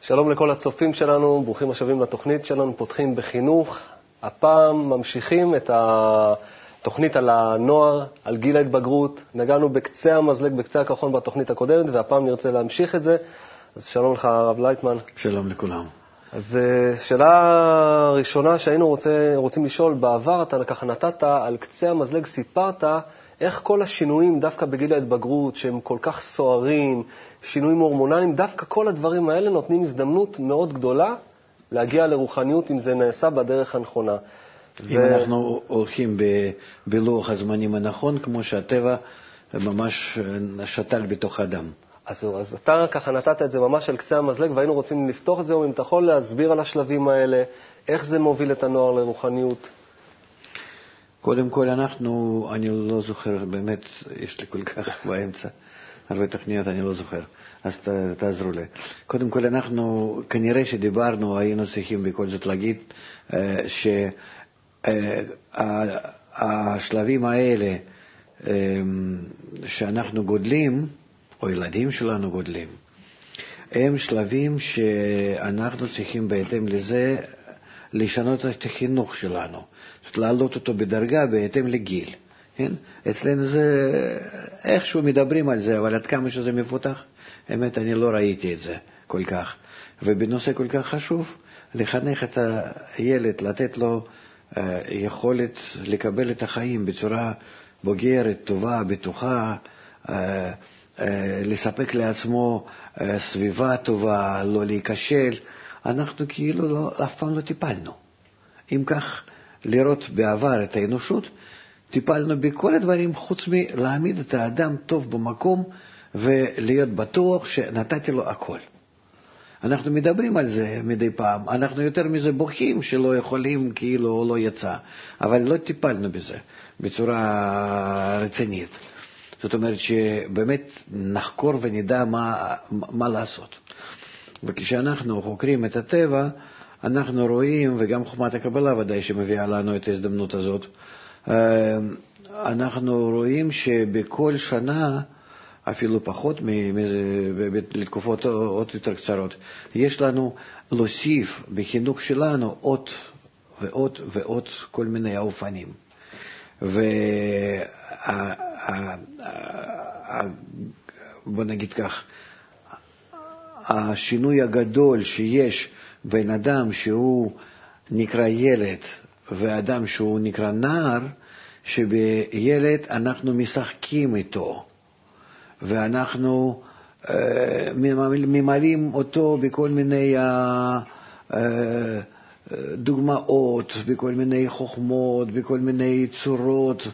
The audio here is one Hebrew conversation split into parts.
שלום לכל הצופים שלנו, ברוכים השבים לתוכנית שלנו, פותחים בחינוך. הפעם ממשיכים את התוכנית על הנוער, על גיל ההתבגרות. נגענו בקצה המזלג, בקצה הקרחון בתוכנית הקודמת, והפעם נרצה להמשיך את זה. אז שלום לך הרב לייטמן. שלום לכולם. אז שאלה ראשונה שהיינו רוצים לשאול, בעבר אתה ככה נתת על קצה המזלג, סיפרת איך כל השינויים דווקא בגיל ההתבגרות, שהם כל כך סוערים, שינויים הורמונליים, דווקא כל הדברים האלה נותנים הזדמנות מאוד גדולה להגיע לרוחניות אם זה נעשה בדרך הנכונה. אם אנחנו הולכים בלוח הזמנים הנכון, כמו שהטבע ממש שתל בתוך האדם. אז אתה ככה נתת את זה ממש על קצה המזלג, והיינו רוצים לפתוח את זה, אם אתה יכול להסביר על השלבים האלה, איך זה מוביל את הנוער לרוחניות? קודם כל אני לא זוכר, באמת יש לי כל כך באמצע, הרבה תכניות אני לא זוכר, אז תעזרו לי. קודם כל כנראה שדיברנו, היינו צריכים בכל זאת להגיד שהשלבים האלה שאנחנו גודלים, או ילדים שלנו גודלים, הם שלבים שאנחנו צריכים בהתאם לזה לשנות את החינוך שלנו, להעלות אותו בדרגה בהתאם לגיל. כן? אצלנו זה איכשהו מדברים על זה, אבל עד כמה שזה מפותח, האמת אני לא ראיתי את זה כל כך. ובנושא כל כך חשוב, לחנך את הילד, לתת לו יכולת לקבל את החיים בצורה בוגרת, טובה, בטוחה, לספק לעצמו סביבה טובה, לא להיכשל. אנחנו כאילו אף פעם לא טיפלנו. אם כך, לראות בעבר את האנושות, טיפלנו בכל הדברים חוץ מלהעמיד את האדם טוב במקום ולהיות בטוח שנתתי לו הכל. אנחנו מדברים על זה מדי פעם, אנחנו יותר מזה בוכים שלא יכולים, כאילו לא יצא, אבל לא טיפלנו בזה בצורה רצינית. זאת אומרת שבאמת נחקור ונדע מה לעשות. וכשאנחנו חוקרים את הטבע, אנחנו רואים, וגם חוכמת הקבלה ודאי שמביאה לנו את ההזדמנות הזאת, אנחנו רואים שבכל שנה, אפילו פחות לתקופות עוד יותר קצרות, יש לנו להוסיף בחינוך שלנו עוד ועוד ועוד כל מיני אופנים. בוא נגיד כך, השינוי הגדול שיש בין אדם שהוא נקרא ילד ואדם שהוא נקרא נער, שבילד אנחנו משחקים איתו ואנחנו ממלאים אותו בכל מיני דוגמאות, בכל מיני חוכמות, בכל מיני צורות.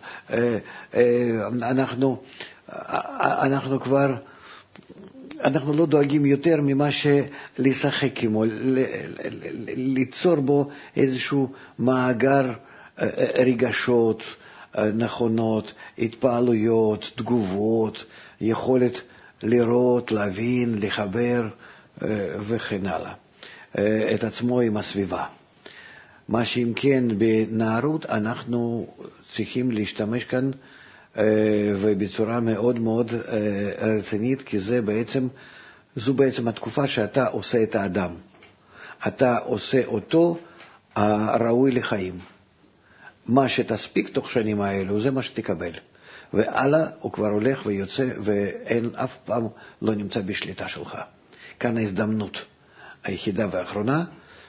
אנחנו לא דואגים יותר ממה שלשחק עמו, ליצור בו איזשהו מאגר רגשות נכונות, התפעלויות, תגובות, יכולת לראות, להבין, לחבר וכן הלאה את עצמו עם הסביבה. מה שאם כן בנערות אנחנו צריכים להשתמש כאן ובצורה מאוד מאוד רצינית, כי זו בעצם התקופה שאתה עושה את האדם. אתה עושה אותו הראוי לחיים. מה שתספיק תוך שנים האלו, זה מה שתקבל. והלאה הוא כבר הולך ויוצא, ואין אף פעם לא נמצא בשליטה שלך. כאן ההזדמנות היחידה והאחרונה,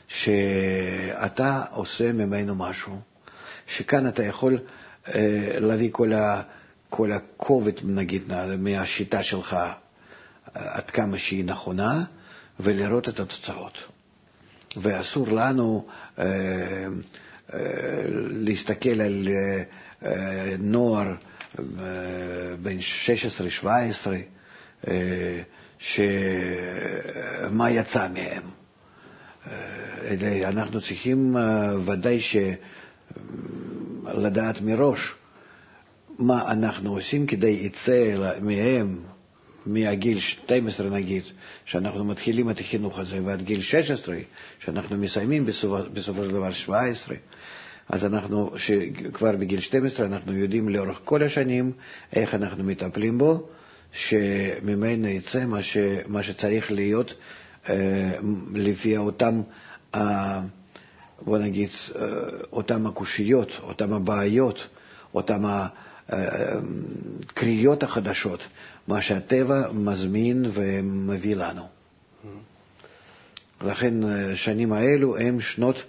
שאתה עושה ממנו משהו. שכאן אתה יכול להביא כל הכובד, נגיד, מהשיטה שלך, עד כמה שהיא נכונה, ולראות את התוצאות. ואסור לנו להסתכל על נוער בין 16-17, שמה יצא מהם. אנחנו צריכים ודאי לדעת מראש מה אנחנו עושים כדי יצא מהם מהגיל 12 נגיד, שאנחנו מתחילים את החינוך הזה, ועד גיל 16, שאנחנו מסיימים בסופו של דבר 17, אז כבר בגיל 12 אנחנו יודעים לאורך כל השנים איך אנחנו מטפלים בו, שממנו יצא מה שצריך להיות לפי אותם, בוא נגיד, אותם הקושיות, אותם הבעיות, אותם הקריאות החדשות, מה שהטבע מזמין ומביא לנו. לכן השנים האלו הם שנות,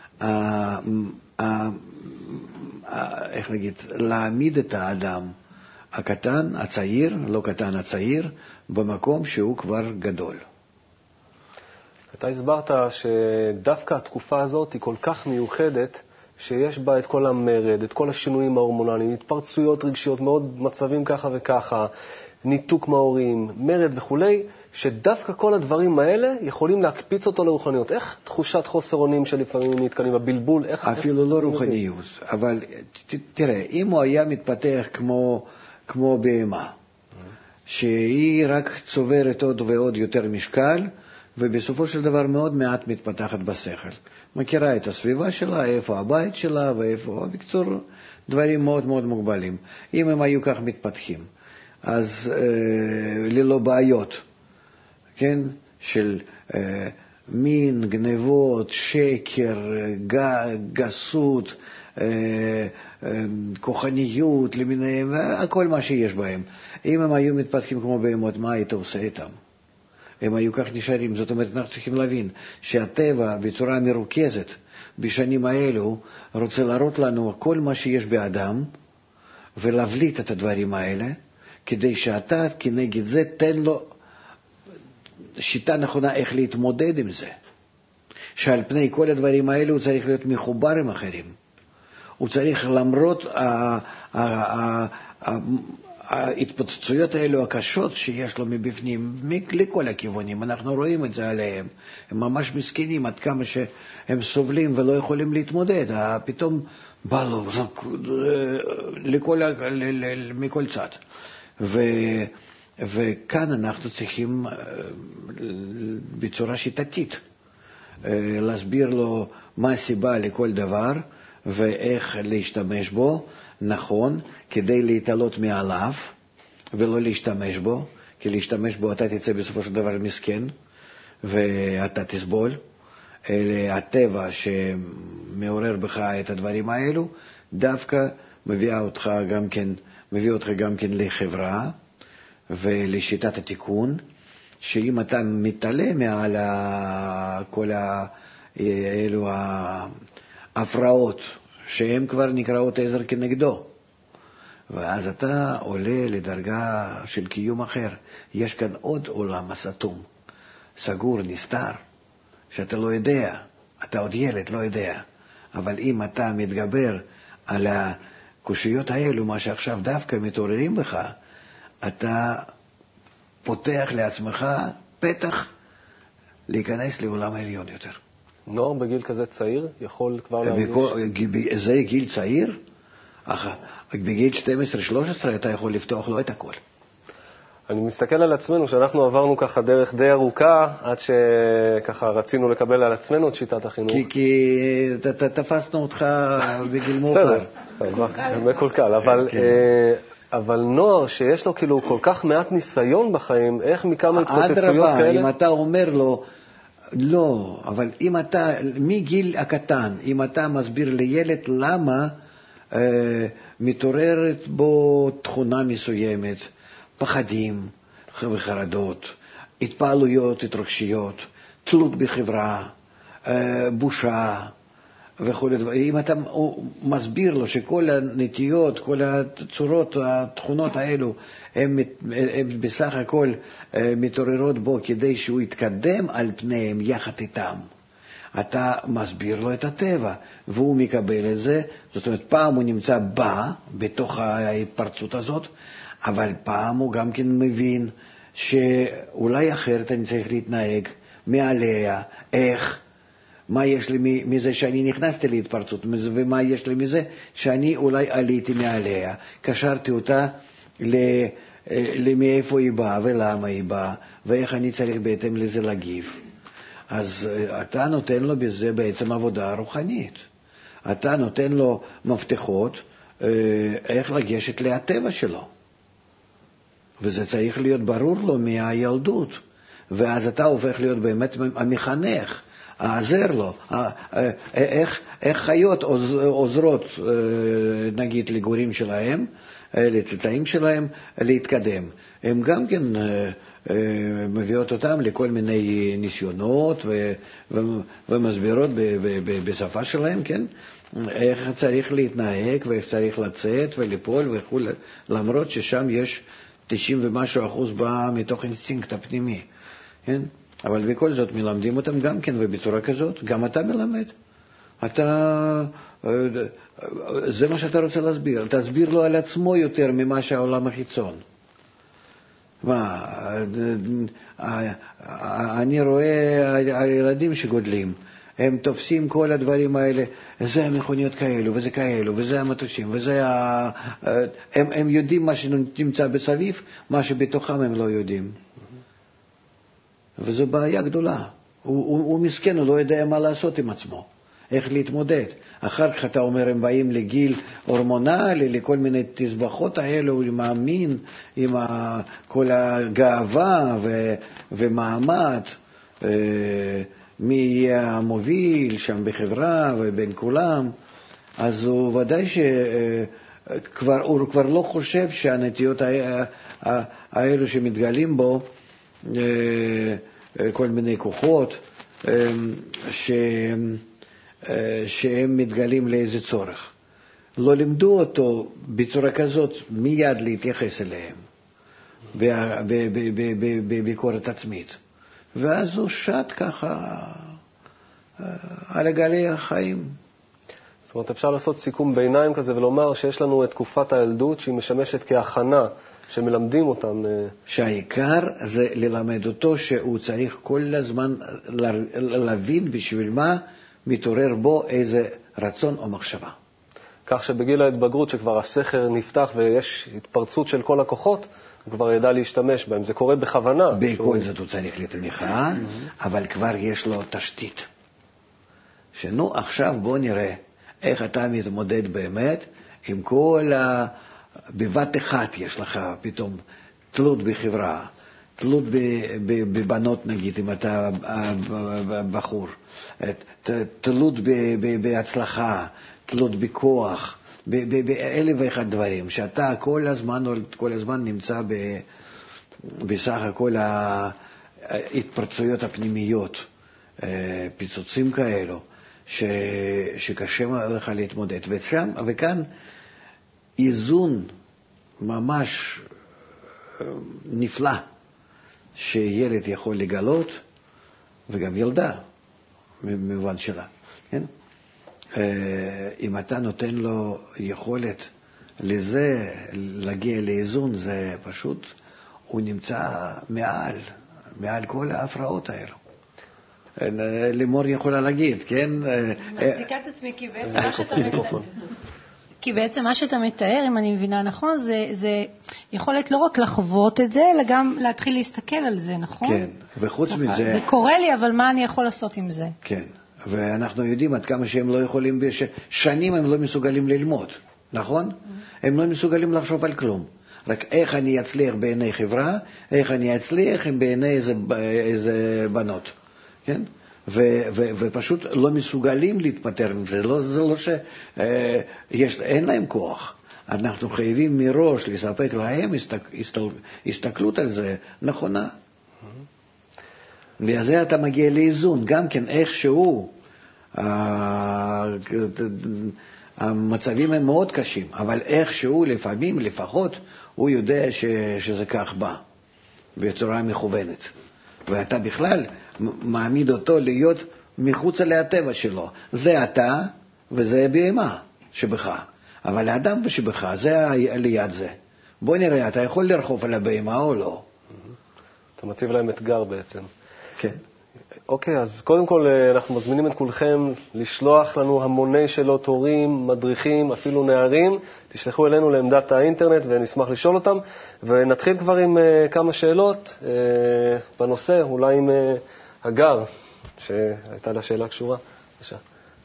איך נגיד, להעמיד את האדם הקטן, הצעיר, לא קטן, הצעיר, במקום שהוא כבר גדול. אתה הסברת שדווקא התקופה הזאת היא כל כך מיוחדת, שיש בה את כל המרד, את כל השינויים ההורמונליים, התפרצויות רגשיות, מאוד מצבים ככה וככה, ניתוק מההורים, מרד וכולי, שדווקא כל הדברים האלה יכולים להקפיץ אותו לרוחניות. איך תחושת חוסר אונים שלפעמים נתקנים בבלבול? אפילו לא רוחניות, אבל תראה, אם הוא היה מתפתח כמו בהמה, שהיא רק צוברת עוד ועוד יותר משקל, ובסופו של דבר מאוד מעט מתפתחת בשכל. מכירה את הסביבה שלה, איפה הבית שלה ואיפה, בקצור, דברים מאוד מאוד מוגבלים. אם הם היו כך מתפתחים, אז ללא בעיות, כן, של מין, גנבות, שקר, גסות, כוחניות, למיניהם, הכל מה שיש בהם. אם הם היו מתפתחים כמו בהמות, מה היית עושה איתם? הם היו כך נשארים. זאת אומרת, אנחנו צריכים להבין שהטבע בצורה מרוכזת בשנים האלו רוצה להראות לנו כל מה שיש באדם ולהבליט את הדברים האלה, כדי שאתה כנגד זה תן לו שיטה נכונה איך להתמודד עם זה. שעל פני כל הדברים האלו הוא צריך להיות מחובר עם אחרים. הוא צריך, למרות ההתפוצצויות האלו הקשות שיש לו מבפנים, לכל הכיוונים, אנחנו רואים את זה עליהם. הם ממש מסכנים עד כמה שהם סובלים ולא יכולים להתמודד. פתאום בא לו מכל צד. וכאן אנחנו צריכים בצורה שיטתית להסביר לו מה הסיבה לכל דבר ואיך להשתמש בו נכון, כדי להתעלות מעליו ולא להשתמש בו, כי להשתמש בו אתה תצא בסופו של דבר מסכן ואתה תסבול. הטבע שמעורר בך את הדברים האלו דווקא מביא אותך גם כן לחברה ולשיטת התיקון, שאם אתה מתעלה מעל כל אלו ההפרעות שהן כבר נקראות עזר כנגדו, ואז אתה עולה לדרגה של קיום אחר. יש כאן עוד עולם סתום, סגור, נסתר, שאתה לא יודע, אתה עוד ילד, לא יודע. אבל אם אתה מתגבר על הקושיות האלו, מה שעכשיו דווקא מתעוררים בך, אתה פותח לעצמך פתח להיכנס לעולם העליון יותר. נוער בגיל כזה צעיר יכול כבר להרגיש? זה גיל צעיר? בגיל 12-13 אתה יכול לפתוח לו את הכל. אני מסתכל על עצמנו שאנחנו עברנו ככה דרך די ארוכה עד שככה רצינו לקבל על עצמנו את שיטת החינוך. כי תפסנו אותך בגיל מאוחר. בסדר, מקולקל, אבל נוער שיש לו כאילו כל כך מעט ניסיון בחיים, איך מכמה התפוצצויות כאלה? אדרבה, אם אתה אומר לו, לא, אבל אם אתה, מגיל הקטן, אם אתה מסביר לילד למה מתעוררת בו תכונה מסוימת, פחדים וחרדות, התפעלויות, התרגשויות, תלות בחברה, בושה וכו'. אם אתה מסביר לו שכל הנטיות, כל הצורות, התכונות האלו, הן בסך הכל מתעוררות בו כדי שהוא יתקדם על פניהם יחד איתם. אתה מסביר לו את הטבע, והוא מקבל את זה. זאת אומרת, פעם הוא נמצא בתוך ההתפרצות הזאת, אבל פעם הוא גם כן מבין שאולי אחרת אני צריך להתנהג מעליה. איך? מה יש לי מזה שאני נכנסתי להתפרצות, ומה יש לי מזה שאני אולי עליתי מעליה. קשרתי אותה מאיפה היא באה ולמה היא באה, ואיך אני צריך בהתאם לזה להגיב. אז אתה נותן לו בזה בעצם עבודה רוחנית. אתה נותן לו מפתחות איך לגשת להטבע שלו. וזה צריך להיות ברור לו מהילדות. ואז אתה הופך להיות באמת המחנך, העזר לו, איך חיות עוזרות, נגיד, לגורים שלהם, לצאצאים שלהם, להתקדם. הם גם כן מביאות אותם לכל מיני ניסיונות ומסבירות בשפה שלהם, כן? איך צריך להתנהג ואיך צריך לצאת ולפעול וכו', למרות ששם יש 90% ומשהו בא מתוך אינסטינקט הפנימי, כן? אבל בכל זאת מלמדים אותם גם כן, ובצורה כזאת גם אתה מלמד. זה מה שאתה רוצה להסביר. תסביר לו על עצמו יותר ממה שהעולם החיצון. אני רואה הילדים שגודלים, הם תופסים כל הדברים האלה, זה המכוניות כאלו, וזה כאלו, וזה המטושים, הם יודעים מה שנמצא בסביב, מה שבתוכם הם לא יודעים. וזו בעיה גדולה. הוא מסכן, הוא לא יודע מה לעשות עם עצמו, איך להתמודד. אחר כך אתה אומר, הם באים לגיל הורמונלי, לכל מיני תסבכות האלו, עם המין, עם כל הגאווה ומעמד, מי יהיה המוביל שם בחברה ובין כולם. אז הוא ודאי הוא כבר לא חושב שהנטיות האלו שמתגלים בו, כל מיני כוחות שהם מתגלים לאיזה צורך. לא לימדו אותו בצורה כזאת מיד להתייחס אליהם, בביקורת עצמית. ואז הוא שט ככה על גלי החיים. זאת אומרת, אפשר לעשות סיכום ביניים כזה ולומר שיש לנו את תקופת הילדות שהיא משמשת כהכנה, שמלמדים אותם. שהעיקר זה ללמד אותו שהוא צריך כל הזמן להבין בשביל מה מתעורר בו איזה רצון או מחשבה. כך שבגיל ההתבגרות שכבר הסכר נפתח ויש התפרצות של כל הכוחות, הוא כבר ידע להשתמש בהם. זה קורה בכוונה. בכל זאת הוא צריך לתמיכה, אבל כבר יש לו תשתית. שנו, עכשיו בוא נראה איך אתה מתמודד באמת עם כל בבת אחת יש לך פתאום תלות בחברה, תלות בבנות נגיד, אם אתה בחור, תלות בהצלחה, תלות בכוח, באלף ואחד דברים, שאתה כל הזמן נמצא בסך הכל ההתפרצויות הפנימיות, פיצוצים כאלו, שקשה לך להתמודד. וכאן איזון ממש נפלא שילד יכול לגלות, וגם ילדה במובן שלה, כן? אם אתה נותן לו יכולת לזה, להגיע לאיזון, זה פשוט, הוא נמצא מעל כל ההפרעות האלו. לימור יכולה להגיד, כן? מצדיקה את עצמי, כי בעצם מה שאתה מתאר, אם אני מבינה נכון, זה יכולת לא רק לחוות את זה, אלא גם להתחיל להסתכל על זה, נכון? כן, וחוץ מזה... זה קורה לי, אבל מה אני יכול לעשות עם זה? כן, ואנחנו יודעים עד כמה שהם לא יכולים, שנים הם לא מסוגלים ללמוד, נכון? הם לא מסוגלים לחשוב על כלום. רק איך אני אצליח בעיני חברה, איך אני אצליח בעיני איזה בנות, כן? ופשוט לא מסוגלים להתפטר מזה. זה לא אין להם כוח. אנחנו חייבים מראש לספק להם הסתכלות על זה נכונה. וזה אתה מגיע לאיזון. גם כן איכשהו המצבים הם מאוד קשים, אבל איכשהו לפעמים לפחות הוא יודע שזה כך בא בצורה מכוונת. ואתה בכלל מעמיד אותו להיות מחוץ לטבע שלו. זה אתה וזה בהמה שבך. אבל האדם שבך זה ליד זה. בוא נראה, אתה יכול לרחוף על הבהמה או לא? אתה מציב להם אתגר בעצם. כן. אוקיי, אז קודם כל אנחנו מזמינים את כולכם לשלוח לנו המוני שאלות, הורים, מדריכים, אפילו נערים. תשלחו אלינו לעמדת האינטרנט ונשמח לשאול אותם. ונתחיל כבר עם כמה שאלות בנושא, אולי עם הגר, שהייתה לה שאלה קשורה. בבקשה.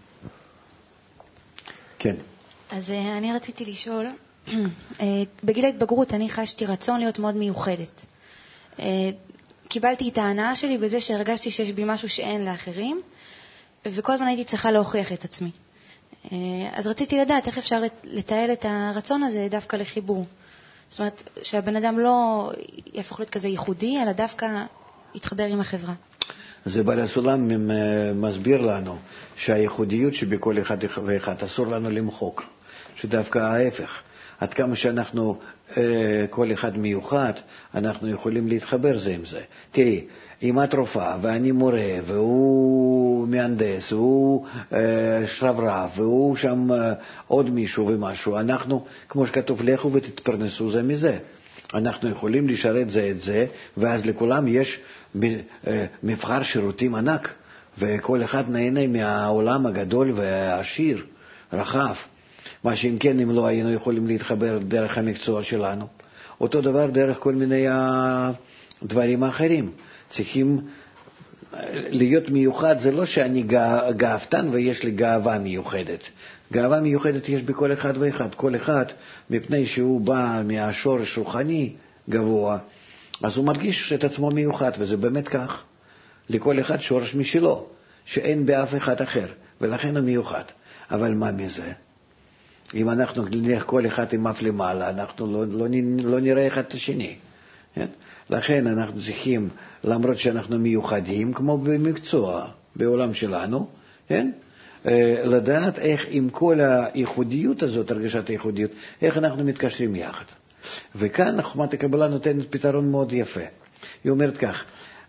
כן. אז אני רציתי לשאול, בגיל ההתבגרות אני חשתי רצון להיות מאוד מיוחדת. קיבלתי את ההנאה שלי בזה שהרגשתי שיש בי משהו שאין לאחרים, וכל הזמן הייתי צריכה להוכיח את עצמי. אז רציתי לדעת איך אפשר לתעל את הרצון הזה דווקא לחיבור. זאת אומרת, שהבן אדם לא יהפוך להיות כזה ייחודי, אלא דווקא יתחבר עם החברה. זה בעל הסולם מסביר לנו שהייחודיות שבכל אחד ואחד אסור לנו למחוק, שדווקא ההפך. עד כמה שאנחנו כל אחד מיוחד, אנחנו יכולים להתחבר זה עם זה. תראי, אם את רופאה ואני מורה והוא מהנדס והוא שרברב והוא שם עוד מישהו ומשהו, אנחנו, כמו שכתוב, לכו ותתפרנסו זה מזה. אנחנו יכולים לשרת זה את זה, ואז לכולם יש מבחר שירותים ענק, וכל אחד נהנה מהעולם הגדול והעשיר, רחב. מה שאם כן, אם לא היינו יכולים להתחבר דרך המקצוע שלנו. אותו דבר דרך כל מיני דברים אחרים. צריכים להיות מיוחד, זה לא שאני גאוותן ויש לי גאווה מיוחדת. גאווה מיוחדת יש בכל אחד ואחד. כל אחד, מפני שהוא בא מהשורש רוחני גבוה, אז הוא מרגיש את עצמו מיוחד, וזה באמת כך. לכל אחד שורש משלו, שאין באף אחד אחר, ולכן הוא מיוחד. אבל מה מזה? אם אנחנו נלך כל אחד עם אף למעלה, אנחנו לא נראה אחד את השני. כן? לכן אנחנו צריכים, למרות שאנחנו מיוחדים, כמו במקצוע, בעולם שלנו, כן? לדעת איך עם כל הייחודיות הזאת, הרגשת הייחודיות, איך אנחנו מתקשרים יחד. וכאן חוכמת הקבלה נותנת פתרון מאוד יפה. היא אומרת כך,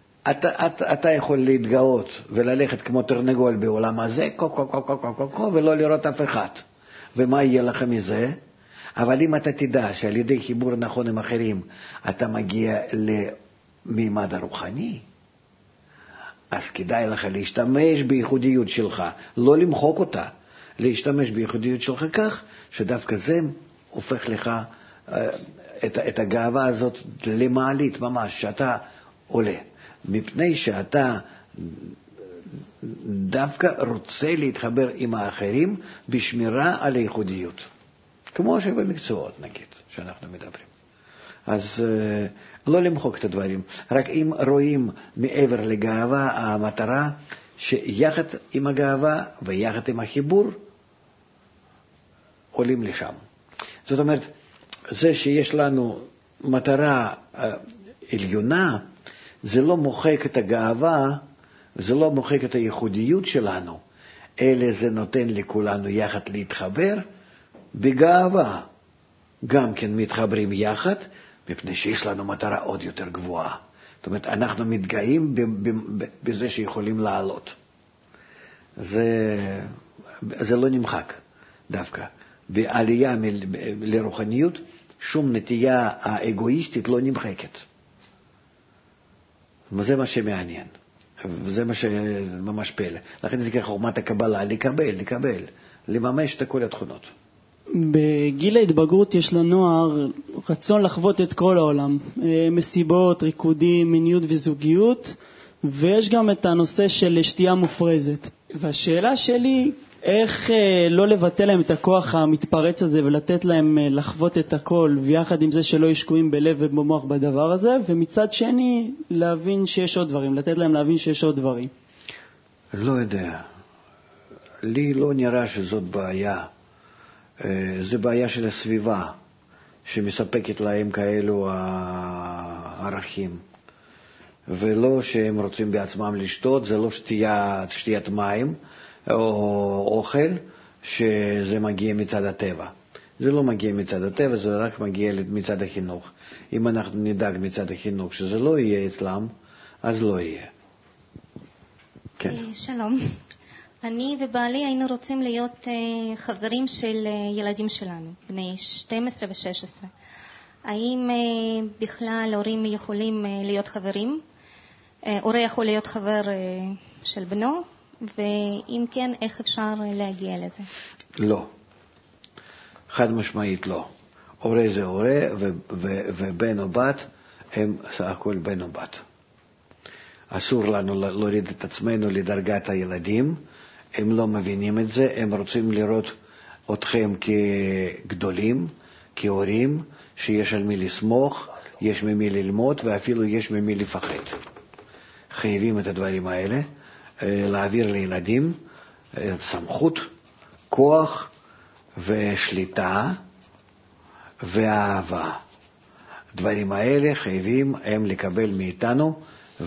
אתה יכול להתגאות וללכת כמו תרנגול בעולם הזה, ולא לראות אף אחד. ומה יהיה לך מזה? אבל אם אתה תדע שעל ידי חיבור נכון עם אחרים, אתה מגיע למימד הרוחני, אז כדאי לך להשתמש בייחודיות שלך, לא למחוק אותה, להשתמש בייחודיות שלך כך, שדווקא זה הופך לך את הגאווה הזאת למעלית ממש, שאתה עולה. מפני שאתה דווקא רוצה להתחבר עם האחרים בשמירה על הייחודיות. כמו שבמקצועות נגיד, שאנחנו מדברים. אז לא למחוק את הדברים. רק אם רואים מעבר לגאווה, המטרה שיחד עם הגאווה ויחד עם החיבור עולים לשם. זאת אומרת, זה שיש לנו מטרה עליונה, זה לא מוחק את הגאווה, זה לא מוחק את הייחודיות שלנו, אלא זה נותן לכולנו יחד להתחבר בגאווה. גם כן מתחברים יחד, מפני שיש לנו מטרה עוד יותר גבוהה. זאת אומרת, אנחנו מתגאים בזה שיכולים לעלות. זה לא נמחק דווקא. בעלייה לרוחניות, שום נטייה האגואיסטית לא נמחקת. וזה מה שמעניין. וזה מה שממש פלא. לכן זה חוכמת הקבלה, לקבל, לממש את כל התכונות. בגיל ההתבגרות יש לנוער רצון לחוות את כל העולם. מסיבות, ריקודים, מיניות וזוגיות, ויש גם את הנושא של שתייה מופרזת. והשאלה שלי, איך לא לבטל להם את הכוח המתפרץ הזה ולתת להם לחוות את הכל, ויחד עם זה שלא ישקועים בלב ובמוח בדבר הזה, ומצד שני להבין שיש עוד דברים, לתת להם להבין שיש עוד דברים. לא יודע. לי לא נראה שזאת בעיה. זה בעיה של הסביבה שמספקת להם כאלו הערכים. ולא שהם רוצים בעצמם לשתות, זה לא שתיית מים או אוכל שזה מגיע מצד הטבע. זה לא מגיע מצד הטבע, זה רק מגיע מצד החינוך. אם אנחנו נדאג מצד החינוך שזה לא יהיה אצלם, אז לא יהיה. כן. שלום. אני ובעלי היינו רוצים להיות חברים של ילדים שלנו, בני 12 ו-16. האם בכלל הורים יכולים להיות חברים? הורה יכול להיות חבר של בנו? ואם כן, איך אפשר להגיע לזה? לא. חד משמעית לא. הורה זה הורה, ובן או בת הם סך הכל בן או בת. אסור לנו להוריד את עצמנו לדרגת הילדים. הם לא מבינים את זה, הם רוצים לראות אתכם כגדולים, כהורים, שיש על מי לסמוך, יש ממי ללמוד ואפילו יש ממי לפחד. חייבים את הדברים האלה, להעביר לילדים סמכות, כוח ושליטה ואהבה. הדברים האלה חייבים הם לקבל מאיתנו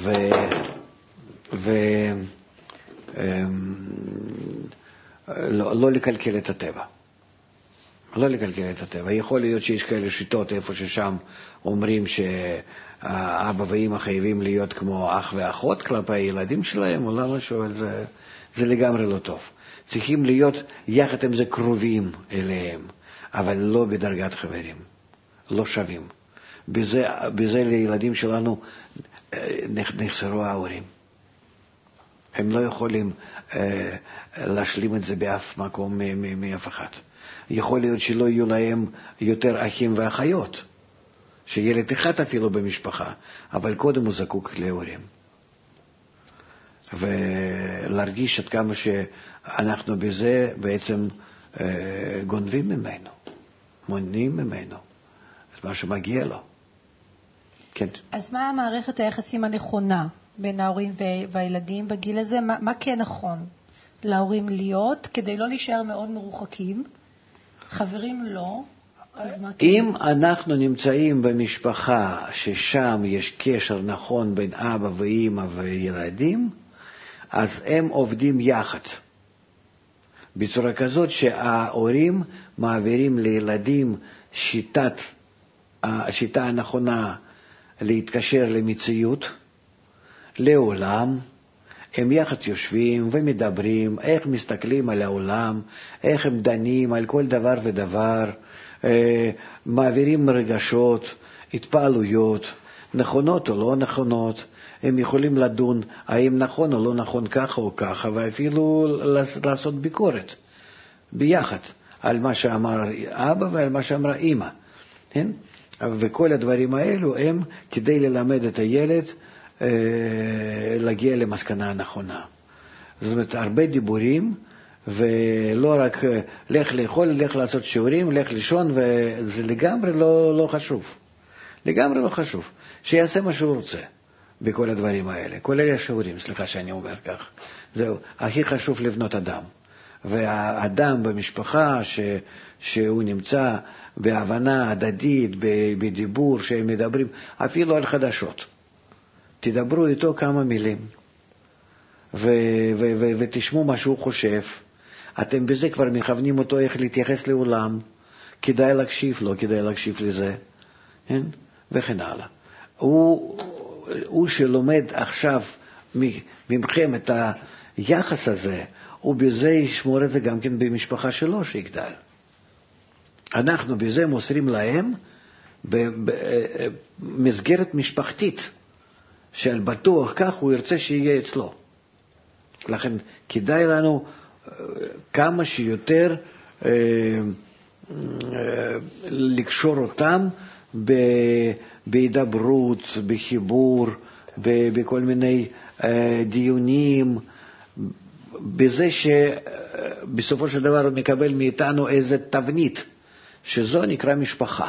לא לקלקל את הטבע. לא לקלקל את הטבע. יכול להיות שיש כאלה שיטות איפה ששם אומרים שאבא ואמא חייבים להיות כמו אח ואחות כלפי הילדים שלהם, או לא משהו, אבל זה לגמרי לא טוב. צריכים להיות יחד עם זה קרובים אליהם, אבל לא בדרגת חברים, לא שווים. בזה לילדים שלנו נחסרו ההורים. הם לא יכולים להשלים את זה באף מקום מאף אחד. יכול להיות שלא יהיו להם יותר אחים ואחיות, שילד אחד אפילו במשפחה, אבל קודם הוא זקוק להורים. ולהרגיש עד כמה שאנחנו בזה בעצם גונבים ממנו, מונעים ממנו את מה שמגיע לו. כן. אז מה מערכת היחסים הנכונה בין ההורים והילדים בגיל הזה? מה כן נכון להורים להיות כדי לא להישאר מאוד מרוחקים? חברים לא, אז מה כן? אם אנחנו נמצאים במשפחה ששם יש קשר נכון בין אבא ואמא וילדים, אז הם עובדים יחד. בצורה כזאת שההורים מעבירים לילדים שיטה הנכונה להתקשר למציאות, לעולם. הם יחד יושבים ומדברים, איך מסתכלים על העולם, איך הם דנים על כל דבר ודבר, מעבירים רגשות, התפעלויות, נכונות או לא נכונות. הם יכולים לדון האם נכון או לא נכון ככה או ככה, ואפילו לעשות ביקורת ביחד על מה שאמר אבא ועל מה שאמרה אמא. כן? וכל הדברים האלו הם כדי ללמד את הילד להגיע למסקנה הנכונה. זאת אומרת, הרבה דיבורים, ולא רק לך לאכול, לך לעשות שיעורים, לך לישון, וזה לגמרי לא חשוב. לגמרי לא חשוב. שיעשה מה שהוא רוצה בכל הדברים האלה. כולל השיעורים, סליחה שאני אומר כך. זהו, הכי חשוב לבנות אדם. והאדם במשפחה שהוא נמצא בהבנה הדדית, בדיבור שהם מדברים, אפילו על חדשות. תדברו איתו כמה מילים, ותשמעו מה שהוא חושב. אתם בזה כבר מכוונים אותו איך להתייחס לעולם. כדאי להקשיב לו, כדאי להקשיב לזה, כן? וכן הלאה. הוא שלומד עכשיו ממכם את היחס הזה, הוא בזה ישמור את זה גם כן במשפחה שלו שיגדל. אנחנו בזה מוסרים להם במסגרת משפחתית, של בטוח כך הוא ירצה שיהיה אצלו. לכן כדאי לנו כמה שיותר לקשור אותם בהידברות, בחיבור, בכל מיני דיונים, בזה שבסופו של דבר הוא מקבל מאיתנו איזה תבנית, שזו נקרא משפחה.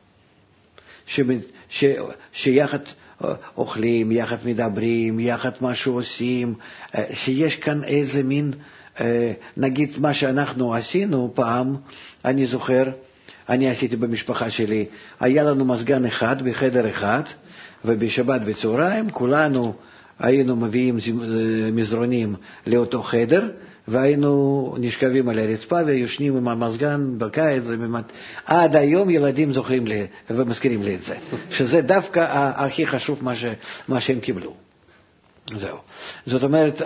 שיחד אוכלים, יחד מדברים, יחד משהו עושים, שיש כאן איזה מין, נגיד מה שאנחנו עשינו פעם, אני זוכר, אני עשיתי במשפחה שלי, היה לנו מזגן אחד בחדר אחד, ובשבת בצהריים כולנו היינו מביאים מזרונים לאותו חדר, והיינו נשכבים על הרצפה ויושנים עם המזגן בקיץ. עד היום ילדים זוכרים לי ומזכירים לי את זה, שזה דווקא הכי חשוב מה שהם קיבלו. זהו. זאת אומרת,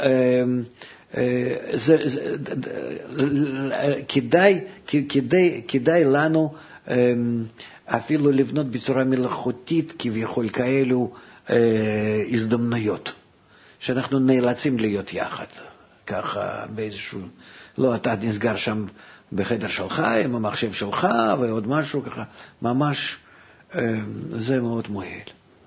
כדאי לנו אפילו לבנות בצורה מלאכותית כביכול כאלו הזדמנויות, שאנחנו נאלצים להיות יחד. ככה באיזשהו, לא, אתה נסגר שם בחדר שלך עם המחשב שלך ועוד משהו ככה, ממש זה מאוד מועיל.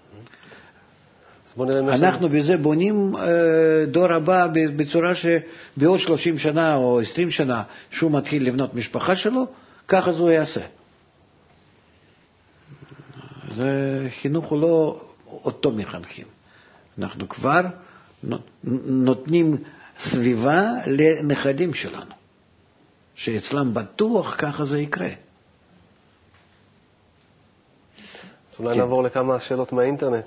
אנחנו בזה בונים דור הבא בצורה שבעוד 30 שנה או 20 שנה שהוא מתחיל לבנות משפחה שלו, ככה זה הוא יעשה. זה חינוך הוא לא אותו מחנכים. אנחנו כבר נותנים סביבה לנכדים שלנו, שאצלם בטוח ככה זה יקרה. אז אולי נעבור לכמה שאלות מהאינטרנט.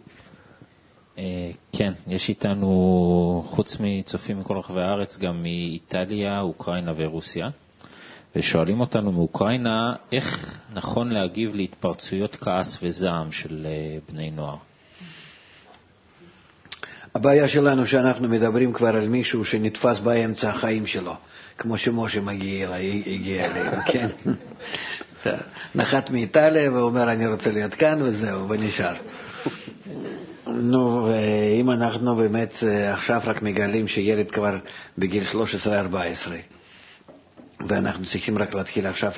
כן, יש איתנו, חוץ מצופים מכל רחבי הארץ, גם מאיטליה, אוקראינה ורוסיה. ושואלים אותנו מאוקראינה, איך נכון להגיב להתפרצויות כעס וזעם של בני נוער? הבעיה שלנו שאנחנו מדברים כבר על מישהו שנתפס באמצע החיים שלו, כמו שמשה הגיע אליהם, כן? נחת מאיטליה ואומר אני רוצה להיות כאן וזהו, ונשאר. נו, אם אנחנו באמת עכשיו רק מגלים שילד כבר בגיל 13-14, ואנחנו צריכים רק להתחיל עכשיו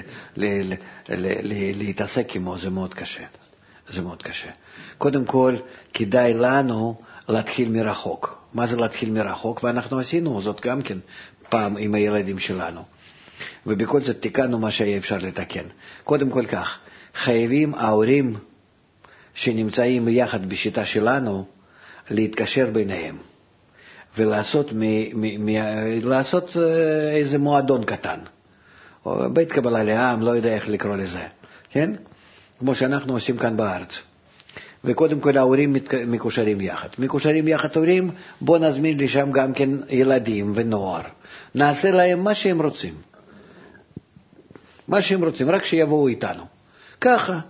להתעסק עמו, זה מאוד קשה. זה מאוד קשה. קודם כל, כדאי לנו להתחיל מרחוק. מה זה להתחיל מרחוק? ואנחנו עשינו זאת גם כן פעם עם הילדים שלנו. ובכל זאת תיקנו מה שהיה אפשר לתקן. קודם כל כך, חייבים ההורים שנמצאים יחד בשיטה שלנו להתקשר ביניהם. ולעשות לעשות איזה מועדון קטן, או בית קבלה לעם, לא יודע איך לקרוא לזה, כן? כמו שאנחנו עושים כאן בארץ. וקודם כל ההורים מקושרים יחד. מקושרים יחד הורים, בוא נזמין לשם גם כן ילדים ונוער. נעשה להם מה שהם רוצים. מה שהם רוצים, רק שיבואו איתנו. ככה.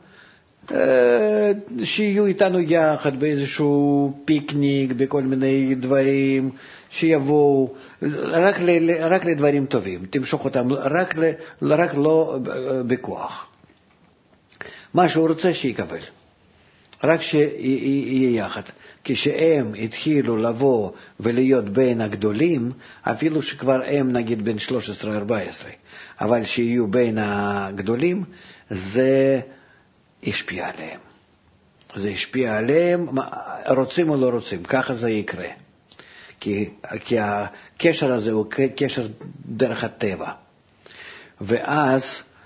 שיהיו איתנו יחד באיזשהו פיקניק, בכל מיני דברים, שיבואו רק לדברים טובים, תמשוך אותם, רק לא בכוח. מה שהוא רוצה שיקבל, רק שיהיה יחד. כשהם התחילו לבוא ולהיות בין הגדולים, אפילו שכבר הם נגיד בין 13-14, אבל שיהיו בין הגדולים, זה השפיע עליהם. זה השפיע עליהם, רוצים או לא רוצים, ככה זה יקרה. כי הקשר הזה הוא קשר דרך הטבע. ואז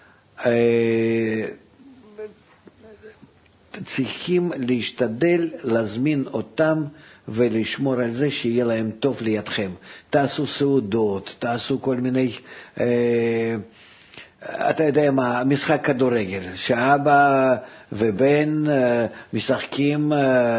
צריכים להשתדל להזמין אותם ולשמור על זה שיהיה להם טוב לידכם. תעשו סעודות, תעשו כל מיני... אתה יודע מה, משחק כדורגל, שאבא ובן משחקים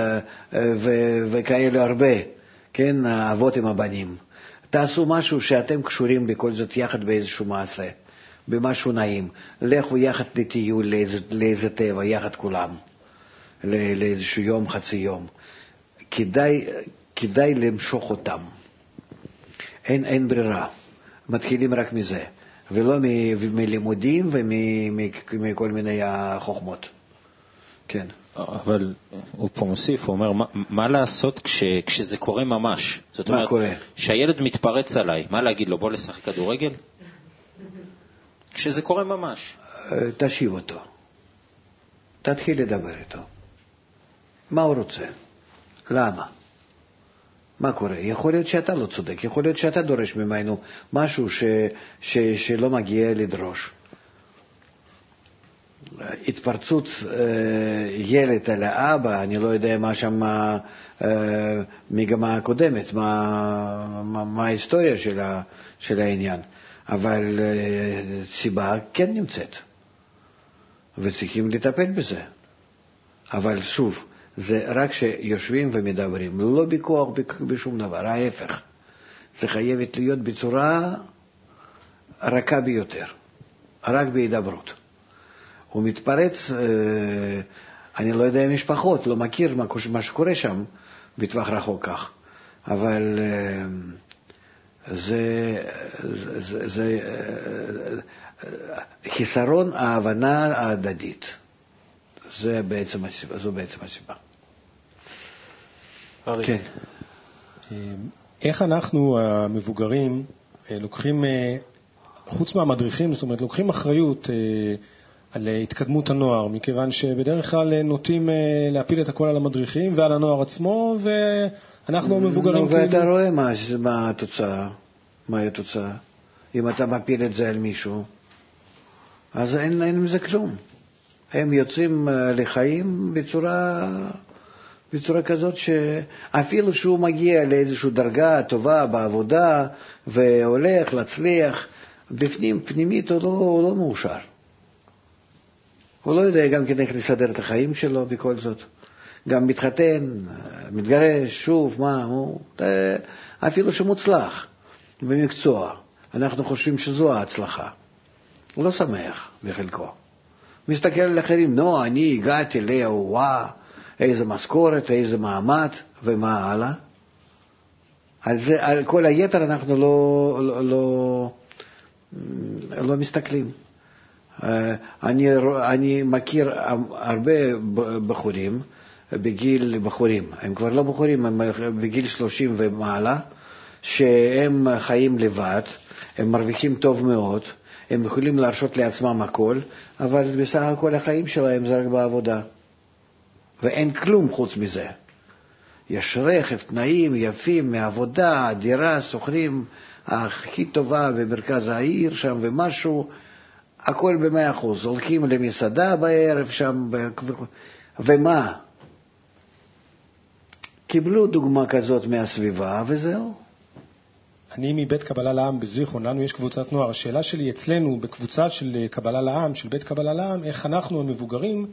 וכאלה הרבה, כן, אבות עם הבנים. תעשו משהו שאתם קשורים בכל זאת יחד באיזשהו מעשה, במשהו נעים. לכו יחד לטיול, לאיזה טבע, יחד כולם, לאיזשהו יום, חצי יום. כדאי למשוך אותם. אין ברירה. מתחילים רק מזה. ולא מלימודים ומכל מיני חוכמות. כן. אבל הוא פה מוסיף, הוא אומר, מה לעשות כשזה קורה ממש? זאת אומרת, קורה? שהילד מתפרץ עליי, מה להגיד לו, בוא לשחק כדורגל? כשזה קורה ממש. תשיב אותו. תתחיל לדבר איתו. מה הוא רוצה? למה? מה קורה? יכול להיות שאתה לא צודק, יכול להיות שאתה דורש ממנו משהו שלא מגיע לדרוש. התפרצות ילד על האבא, אני לא יודע מה שם מגמה הקודמת, מה ההיסטוריה של העניין, אבל סיבה כן נמצאת, וצריכים לטפל בזה. אבל שוב, זה רק שיושבים ומדברים, לא בכוח בשום דבר, ההפך. זה חייבת להיות בצורה רכה ביותר, רק בהידברות. הוא מתפרץ, אני לא יודע משפחות, לא מכיר מה שקורה שם בטווח רחוק כך, אבל זה חיסרון ההבנה ההדדית. זו בעצם הסיבה. כן. איך אנחנו המבוגרים לוקחים, חוץ מהמדריכים, זאת אומרת, לוקחים אחריות על התקדמות הנוער, מכיוון שבדרך כלל נוטים להפיל את הכל על המדריכים ועל הנוער עצמו, ואנחנו המבוגרים... ואתה רואה מה התוצאה, מהי התוצאה. אם אתה מפיל את זה על מישהו, אז אין עם זה כלום. הם יוצאים לחיים בצורה כזאת שאפילו שהוא מגיע לאיזושהי דרגה טובה בעבודה והולך להצליח, פנימית הוא לא מאושר. הוא לא יודע גם כן איך לסדר את החיים שלו בכל זאת. גם מתחתן, מתגרש, שוב, אפילו שמוצלח במקצוע. אנחנו חושבים שזו ההצלחה. הוא לא שמח בחלקו. מסתכל על אחרים, אני הגעתי וואו, איזה משכורת, איזה מעמד, ומה הלאה. על כל היתר אנחנו לא מסתכלים. אני מכיר הרבה בחורים, הם כבר לא בחורים, הם בגיל 30 ומעלה, שהם חיים לבד, הם מרוויחים טוב מאוד, הם יכולים להרשות לעצמם הכל, אבל בסך הכל החיים שלהם זה רק בעבודה. ואין כלום חוץ מזה. יש רכב, תנאים יפים מעבודה, דירה, סוחרים הכי טובה במרכז העיר שם ומשהו, הכל ב100%. הולכים למסעדה בערב שם, ומה? קיבלו דוגמה כזאת מהסביבה וזהו. אני מבית קבלה לעם בזיכרון, לנו יש קבוצת נוער. השאלה שלי אצלנו בקבוצה של קבלה לעם, של בית קבלה לעם, איך אנחנו המבוגרים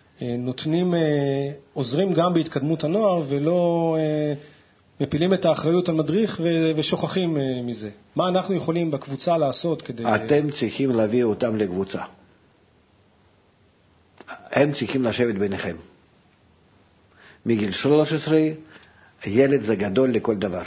עוזרים גם בהתקדמות הנוער ולא מפילים את האחריות על מדריך ושוכחים מזה. מה אנחנו יכולים בקבוצה לעשות כדי... אתם צריכים להביא אותם לקבוצה. הם צריכים לשבת ביניכם. מגיל 13, ילד זה גדול לכל דבר.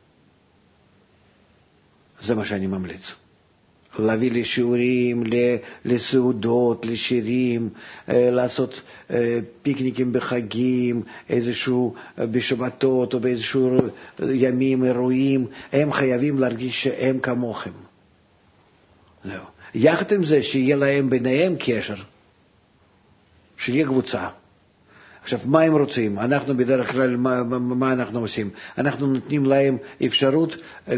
זה מה שאני ממליץ. להביא לשיעורים, לסעודות, לשירים, לעשות פיקניקים בחגים, איזשהו בשבתות או באיזשהו ימים אירועים. הם חייבים להרגיש שהם כמוכם. יחד עם זה שיהיה להם ביניהם קשר, שיהיה קבוצה. עכשיו, מה הם רוצים? אנחנו בדרך כלל, מה אנחנו עושים? אנחנו נותנים להם אפשרות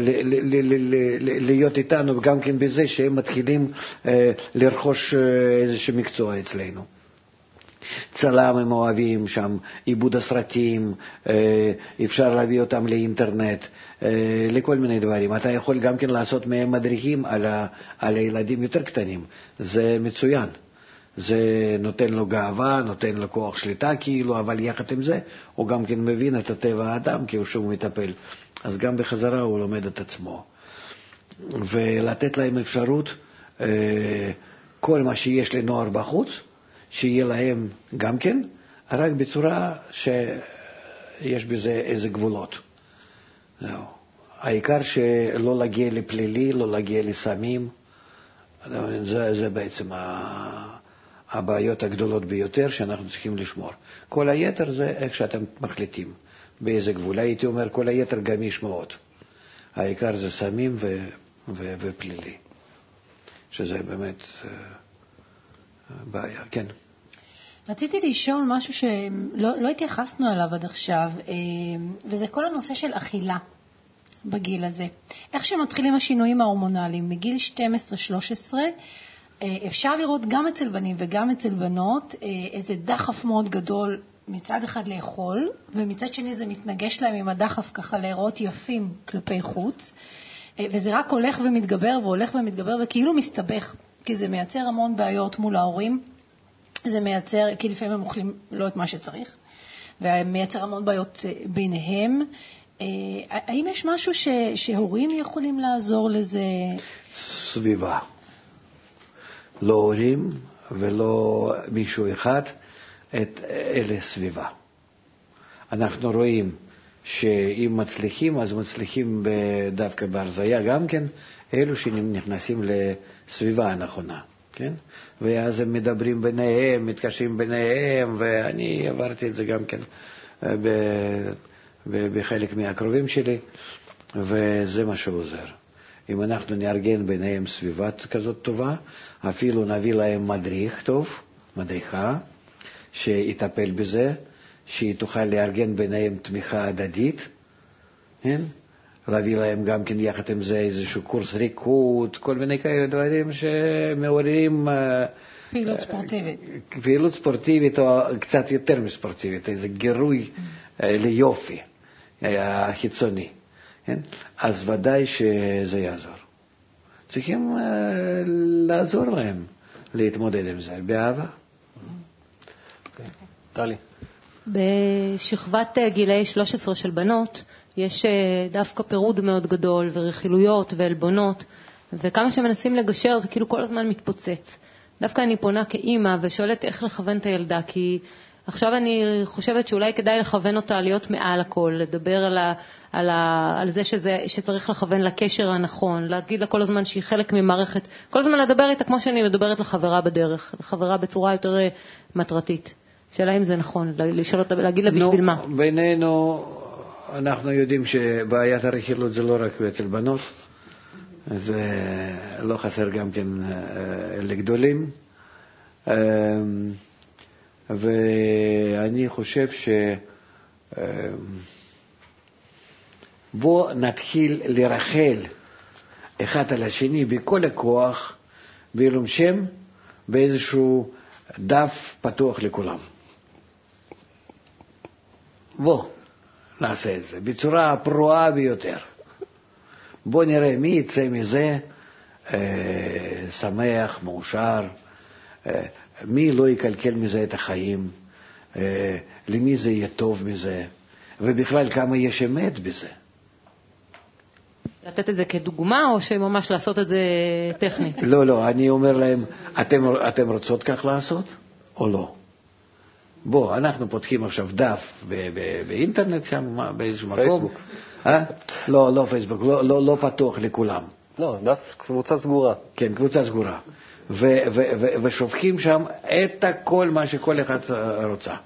להיות איתנו, גם כן בזה שהם מתחילים לרכוש איזשהו מקצוע אצלנו. צלם הם אוהבים שם, עיבוד הסרטים, אפשר להביא אותם לאינטרנט, לכל מיני דברים. אתה יכול גם כן לעשות מהם מדריכים על הילדים יותר קטנים. זה מצוין. זה נותן לו גאווה, נותן לו כוח שליטה כאילו, אבל יחד עם זה הוא גם כן מבין את הטבע האדם כי הוא מטפל. אז גם בחזרה הוא לומד את עצמו. ולתת להם אפשרות, כל מה שיש לנוער בחוץ, שיהיה להם גם כן, רק בצורה שיש בזה איזה גבולות. העיקר שלא להגיע לפלילי, לא להגיע לסמים, זה בעצם הבעיות הגדולות ביותר שאנחנו צריכים לשמור. כל היתר זה איך שאתם מחליטים, באיזה גבול. הייתי אומר, כל היתר גמיש מאוד. העיקר זה סמים ופלילי, שזה באמת בעיה. כן. רציתי לשאול משהו שלא התייחסנו אליו עד עכשיו, וזה כל הנושא של אכילה בגיל הזה. איך שמתחילים השינויים ההורמונליים, מגיל 12-13, אפשר לראות גם אצל בנים וגם אצל בנות איזה דחף מאוד גדול מצד אחד לאכול, ומצד שני זה מתנגש להם עם הדחף ככה להיראות יפים כלפי חוץ, וזה רק הולך ומתגבר והולך ומתגבר וכאילו מסתבך, כי זה מייצר המון בעיות מול ההורים, זה מייצר, כי לפעמים הם אוכלים לא את מה שצריך, ומייצר המון בעיות ביניהם. האם יש משהו שהורים יכולים לעזור לזה? סביבה. לא הורים ולא מישהו אחד, אלה סביבה. אנחנו רואים שאם מצליחים, אז מצליחים דווקא בהרזיה גם כן, אלו שנכנסים לסביבה הנכונה, כן? ואז הם מדברים ביניהם, מתקשרים ביניהם, ואני עברתי את זה גם כן בחלק מהקרובים שלי, וזה מה שעוזר. אם אנחנו נארגן ביניהם סביבה כזאת טובה, אפילו נביא להם מדריך טוב, מדריכה, שיטפל בזה, שהיא תוכל לארגן ביניהם תמיכה הדדית, כן? להביא להם גם כן יחד עם זה איזשהו קורס ריקוד, כל מיני כאלה דברים שמעוררים פעילות ספורטיבית. פעילות ספורטיבית או קצת יותר מספורטיבית, איזה גירוי ליופי החיצוני. כן? אז ודאי שזה יעזור. צריכים לעזור להם להתמודד עם זה באהבה. טלי. בשכבת גילאי 13 של בנות יש דווקא פירוד מאוד גדול ורכילויות ועלבונות, וכמה שמנסים לגשר זה כאילו כל הזמן מתפוצץ. דווקא אני פונה כאימא ושואלת איך לכוון את הילדה, כי עכשיו אני חושבת שאולי כדאי לכוון אותה להיות מעל הכל, לדבר על זה שצריך לכוון לקשר הנכון, להגיד לה כל הזמן שהיא חלק ממערכת, כל הזמן לדבר איתה כמו שאני מדברת לחברה בדרך, לחברה בצורה יותר מטרתית. שאלה אם זה נכון, לשאול אותה, להגיד לה בשביל מה. בינינו אנחנו יודעים שבעיית הרכילות זה לא רק אצל בנות, זה לא חסר גם כן לגדולים. ואני חושב בוא נתחיל לרחל אחד על השני בכל הכוח, בעילום שם, באיזשהו דף פתוח לכולם. בוא נעשה את זה בצורה פרועה ביותר. בוא נראה מי יצא מזה שמח, מאושר, מי לא יקלקל מזה את החיים, למי זה יהיה טוב מזה, ובכלל כמה יש אמת בזה. לתת את זה כדוגמה או שממש לעשות את זה טכנית? לא, אני אומר להם, אתם רוצות כך לעשות או לא? בוא, אנחנו פותחים עכשיו דף באינטרנט שם, באיזשהו מקום. פייסבוק. לא פייסבוק, לא פתוח לכולם. לא, דף קבוצה סגורה. כן, קבוצה סגורה. ושופכים שם את הכל מה שכל אחד רוצה.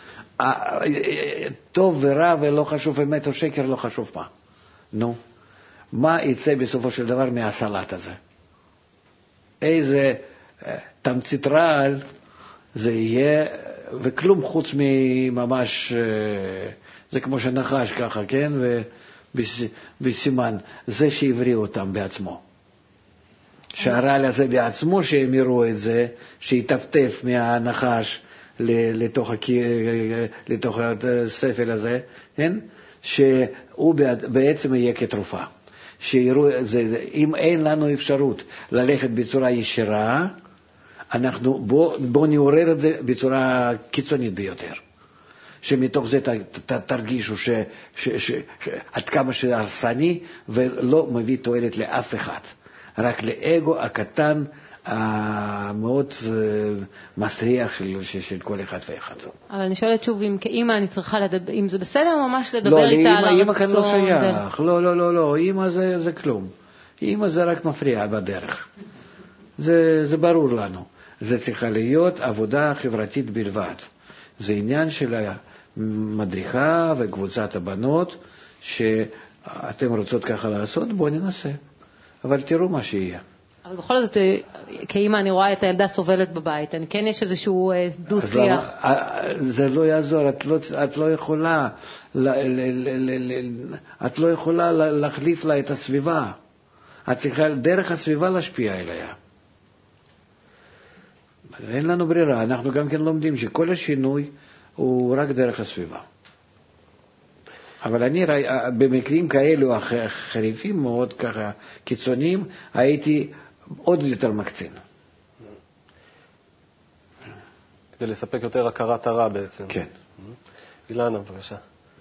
טוב ורע ולא חשוב אמת או שקר, לא חשוב מה. נו, מה יצא בסופו של דבר מהסלט הזה? איזה תמצית רעל זה יהיה, וכלום חוץ מממש, זה כמו שנחש ככה, כן? ובסימן, זה שהבריא אותם בעצמו. שהרעל הזה בעצמו שהם יראו את זה, שיטפטף מהנחש לתוך הספל הזה, כן? שהוא בעצם יהיה כתרופה. שיראו, אם אין לנו אפשרות ללכת בצורה ישירה, בוא נעורר את זה בצורה קיצונית ביותר. שמתוך זה תרגישו עד כמה שהרסני ולא מביא תועלת לאף אחד. רק לאגו הקטן המאוד מסריח של כל אחד ואחד. אבל אני שואלת שוב, אם כאימא אני צריכה לדבר, אם זה בסדר ממש לדבר איתה על הרצון? לא, לאמא כאן לא שייך. לא, אמא זה כלום. אמא זה רק מפריע בדרך. זה ברור לנו. זה צריכה להיות עבודה חברתית בלבד. זה עניין של המדריכה וקבוצת הבנות, שאתם רוצות ככה לעשות, בואו ננסה. אבל תראו מה שיהיה. אבל בכל זאת, כאמא אני רואה את הילדה סובלת בבית, כן יש איזשהו דו-שיח. זה לא יעזור, את לא יכולה להחליף לה את הסביבה. את צריכה דרך הסביבה להשפיע אליה. אין לנו ברירה, אנחנו גם כן לומדים שכל השינוי הוא רק דרך הסביבה. אבל אני במקרים כאלו חריפים מאוד, ככה קיצוניים, הייתי עוד יותר מקצין. כדי לספק יותר הכרת הרע בעצם. כן. אילנה, בבקשה.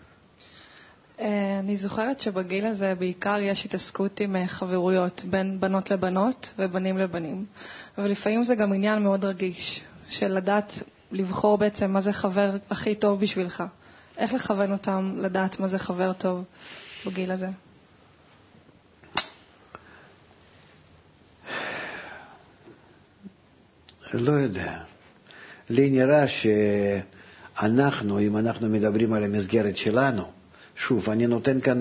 אני זוכרת שבגיל הזה בעיקר יש התעסקות עם חברויות בין בנות לבנות ובנים לבנים. אבל לפעמים זה גם עניין מאוד רגיש, של לדעת לבחור בעצם מה זה חבר הכי טוב בשבילך. איך לכוון אותם לדעת מה זה חבר טוב בגיל הזה? לא יודע. לי נראה שאנחנו, אם אנחנו מדברים על המסגרת שלנו, שוב, אני נותן כאן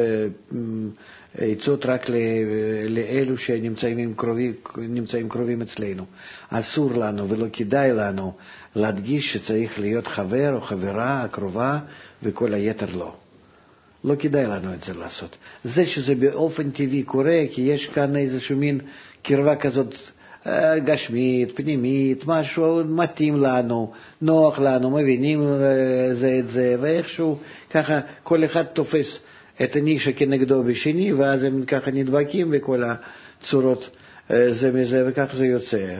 עצות רק לאלו שנמצאים קרובים אצלנו. אסור לנו ולא כדאי לנו להדגיש שצריך להיות חבר או חברה הקרובה וכל היתר לא. לא כדאי לנו את זה לעשות. זה שזה באופן טבעי קורה, כי יש כאן איזשהו מין קרבה כזאת גשמית, פנימית, משהו מתאים לנו, נוח לנו, מבינים זה את זה, ואיכשהו ככה כל אחד תופס את הנישה כנגדו בשני, ואז הם ככה נדבקים בכל הצורות זה מזה, וכך זה יוצא.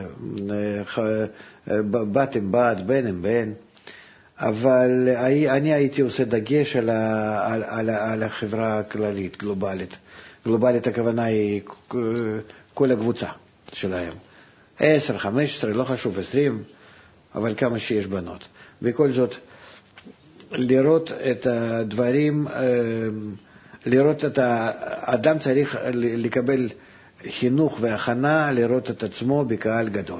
בת עם בת, בן עם בן. אבל אני הייתי עושה דגש על החברה הכללית, גלובלית. גלובלית הכוונה היא כל הקבוצה שלהם. 10, 15, לא חשוב 20, אבל כמה שיש בנות. בכל זאת, לראות את הדברים, לראות את האדם צריך לקבל חינוך והכנה, לראות את עצמו בקהל גדול.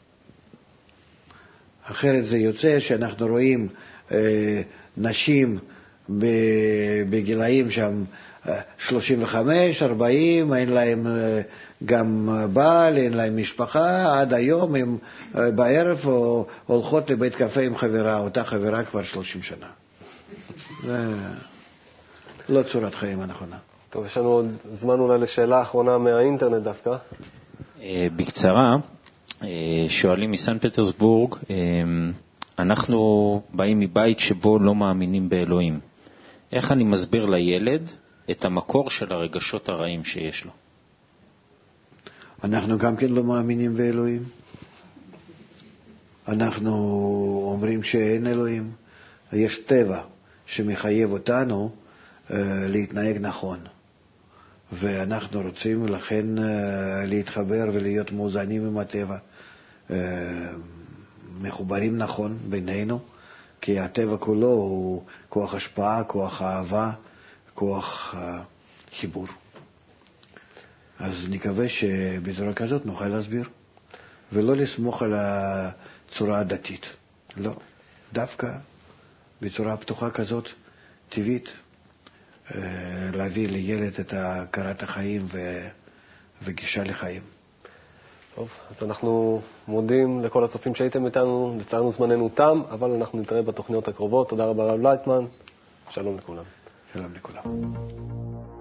אחרת זה יוצא שאנחנו רואים נשים בגילאים שם 35, 40, אין להם גם בעל, אין להם משפחה, עד היום הם בערב הולכות לבית קפה עם חברה, אותה חברה כבר 30 שנה. זה לא צורת חיים הנכונה. טוב, יש לנו עוד זמן אולי לשאלה אחרונה מהאינטרנט דווקא. בקצרה, שואלים מסן פטרסבורג, אנחנו באים מבית שבו לא מאמינים באלוהים. איך אני מסביר לילד את המקור של הרגשות הרעים שיש לו? אנחנו גם כן לא מאמינים באלוהים. אנחנו אומרים שאין אלוהים. יש טבע שמחייב אותנו להתנהג נכון. ואנחנו רוצים לכן להתחבר ולהיות מאוזנים עם הטבע. מחוברים נכון בינינו, כי הטבע כולו הוא כוח השפעה, כוח אהבה, כוח חיבור. אז נקווה שבצורה כזאת נוכל להסביר, ולא לסמוך על הצורה הדתית. לא, דווקא בצורה פתוחה כזאת, טבעית, להביא לילד את הכרת החיים וגישה לחיים. טוב, אז אנחנו מודים לכל הצופים שהייתם איתנו, לצערנו זמננו תם, אבל אנחנו נתראה בתוכניות הקרובות. תודה רבה רב לייטמן, שלום לכולם. שלום לכולם.